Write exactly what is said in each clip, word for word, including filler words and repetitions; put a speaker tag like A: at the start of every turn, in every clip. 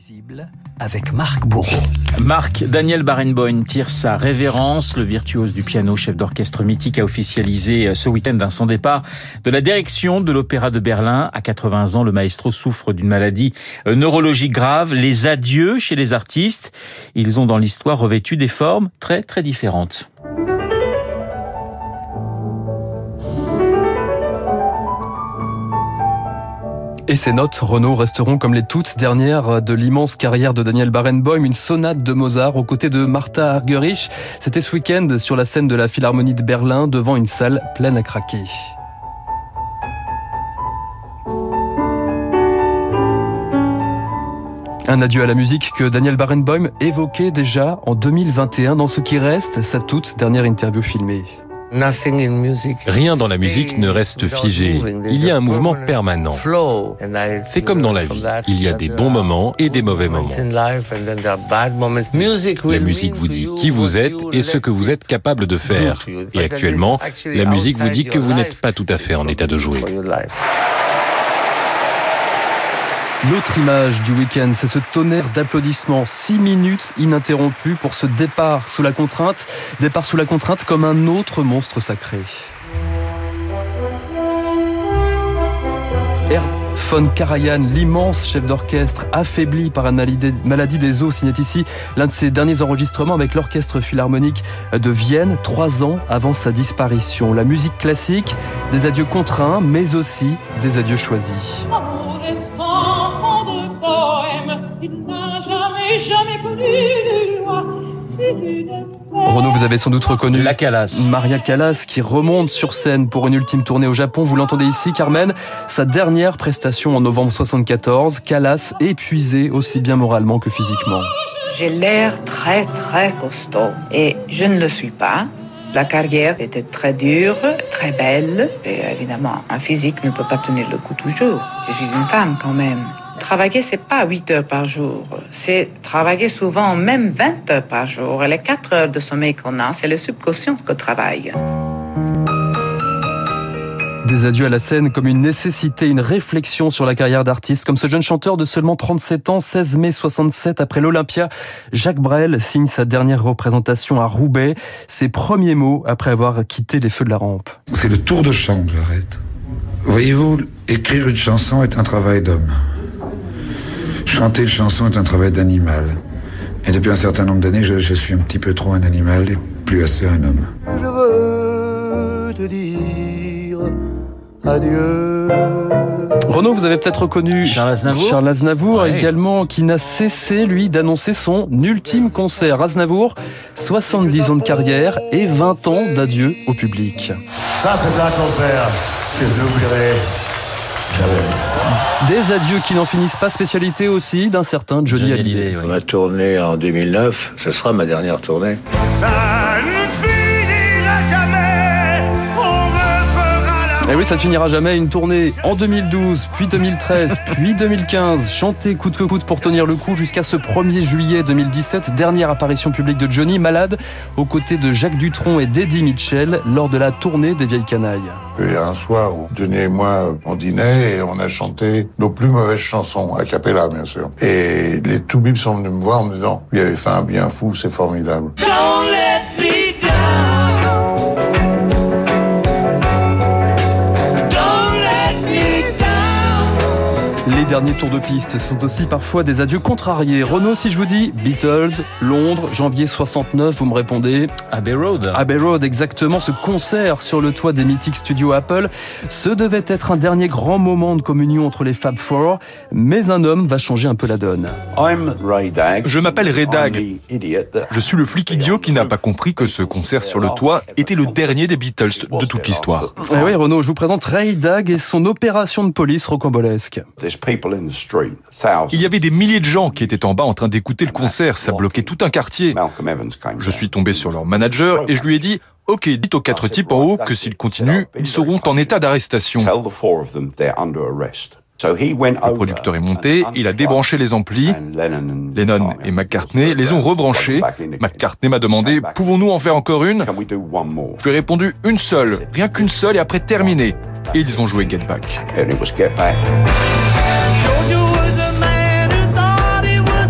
A: Invisible avec Marc Bourreau.
B: Marc, Daniel Barenboim tire sa révérence. Le virtuose du piano, chef d'orchestre mythique, a officialisé ce week-end son départ de la direction de l'Opéra de Berlin. À quatre-vingts ans, le maestro souffre d'une maladie neurologique grave. Les adieux chez les artistes. Ils ont dans l'histoire revêtu des formes très très différentes.
C: Et ces notes, Renaud, resteront comme les toutes dernières de l'immense carrière de Daniel Barenboim, une sonate de Mozart aux côtés de Martha Argerich. C'était ce week-end sur la scène de la Philharmonie de Berlin devant une salle pleine à craquer. Un adieu à la musique que Daniel Barenboim évoquait déjà en deux mille vingt et un dans ce qui reste sa toute dernière interview filmée.
D: Rien dans la musique ne reste figé. Il y a un mouvement permanent. C'est comme dans la vie. Il y a des bons moments et des mauvais moments. La musique vous dit qui vous êtes et ce que vous êtes capable de faire. Et actuellement, la musique vous dit que vous n'êtes pas tout à fait en état de jouer.
C: L'autre image du week-end, c'est ce tonnerre d'applaudissements. Six minutes ininterrompues pour ce départ sous la contrainte. Départ sous la contrainte comme un autre monstre sacré. Ernst von Karajan, l'immense chef d'orchestre, affaibli par une maladie des os, signait ici l'un de ses derniers enregistrements avec l'Orchestre Philharmonique de Vienne, trois ans avant sa disparition. La musique classique, des adieux contraints, mais aussi des adieux choisis.
E: Jamais connu de joie, si tu
C: Renaud, vous avez sans doute reconnu
B: la Callas.
C: Maria Callas qui remonte sur scène pour une ultime tournée au Japon. Vous l'entendez ici, Carmen. Sa dernière prestation en novembre soixante-quatorze. Callas épuisée aussi bien moralement que physiquement.
F: J'ai l'air très très costaud et je ne le suis pas. La carrière était très dure, très belle et évidemment un physique ne peut pas tenir le coup toujours. Je suis une femme quand même. Travailler, c'est pas huit heures par jour. C'est travailler souvent même vingt heures par jour. Et les quatre heures de sommeil qu'on a, c'est le subconscient qui travaille.
C: Des adieux à la scène comme une nécessité, une réflexion sur la carrière d'artiste. Comme ce jeune chanteur de seulement trente-sept ans, seize mai soixante-sept, après l'Olympia, Jacques Brel signe sa dernière représentation à Roubaix. Ses premiers mots après avoir quitté les feux de la rampe.
G: C'est le tour de chant que j'arrête. Voyez-vous, écrire une chanson est un travail d'homme. Chanter une chanson est un travail d'animal. Et depuis un certain nombre d'années, je, je suis un petit peu trop un animal et plus assez un homme.
A: Je veux te dire adieu.
C: Renaud, vous avez peut-être reconnu
B: Charles Aznavour,
C: Charles Aznavour
B: ouais.
C: également, qui n'a cessé, lui, d'annoncer son ultime concert. Aznavour, soixante-dix ans de carrière et vingt ans d'adieu au public.
H: Ça, c'est un concert que je n'oublierai jamais.
C: Des adieux qui n'en finissent pas, spécialité aussi d'un certain Johnny, Johnny Hallyday.
I: Ouais. Ma tournée en deux mille neuf, ce sera ma dernière tournée.
H: Ça ne finira jamais, on refera la...
C: Et oui, ça ne finira jamais. Une tournée en deux mille douze, puis deux mille treize, puis deux mille quinze. Chanté coûte que coûte pour tenir le coup jusqu'à ce premier juillet deux mille dix-sept. Dernière apparition publique de Johnny, malade, aux côtés de Jacques Dutronc et d'Eddie Mitchell lors de la tournée des Vieilles Canailles.
H: Et un soir où Johnny et moi, on dînait et on a chanté nos plus mauvaises chansons, a cappella bien sûr. Et les Toubibs sont venus me voir en me disant « Il avait fait un bien fou, c'est formidable ».
E: Don't let me down. Don't let me down.
C: Les derniers tours de piste sont aussi parfois des adieux contrariés. Renaud, si je vous dis Beatles, Londres, janvier soixante-neuf, vous me répondez
B: Abbey Road.
C: Abbey Road, exactement. Ce concert sur le toit des mythiques studios Apple, ce devait être un dernier grand moment de communion entre les Fab Four, mais un homme va changer un peu la donne.
J: Je m'appelle Ray Dag. Je suis le flic idiot qui n'a pas compris que ce concert sur le toit était le dernier des Beatles de toute l'histoire.
C: Eh oui, Renaud, je vous présente Ray Dag et son opération de police rocambolesque.
J: Il y avait des milliers de gens qui étaient en bas en train d'écouter le concert, ça bloquait tout un quartier. Je suis tombé sur leur manager et je lui ai dit « Ok, dites aux quatre types en haut que s'ils continuent, ils seront en état d'arrestation. » Le producteur est monté, il a débranché les amplis. Lennon et McCartney les ont rebranchés. McCartney m'a demandé « Pouvons-nous en faire encore une ?» Je lui ai répondu « Une seule, rien qu'une seule et après terminé. » Et ils ont joué Get Back.
E: Georgia was a man who thought he was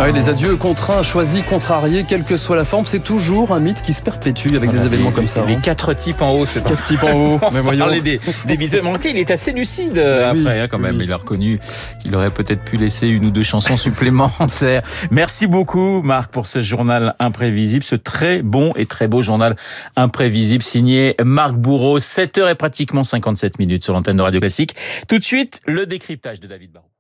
C: Oui, les adieux contraints, choisis, contrariés, quelle que soit la forme, c'est toujours un mythe qui se perpétue avec voilà, des événements
B: les,
C: comme ça.
B: Les
C: hein.
B: quatre types en haut, c'est
C: quatre types en haut.
B: Mais voyons. Parler des, des bisous. Il est assez lucide oui, après, hein, quand même. Oui. Il a reconnu qu'il aurait peut-être pu laisser une ou deux chansons supplémentaires. Merci beaucoup, Marc, pour ce journal imprévisible, ce très bon et très beau journal imprévisible signé Marc Bourreau. sept heures et pratiquement cinquante-sept minutes sur l'antenne de Radio Classique. Tout de suite, le décryptage de David Barrault.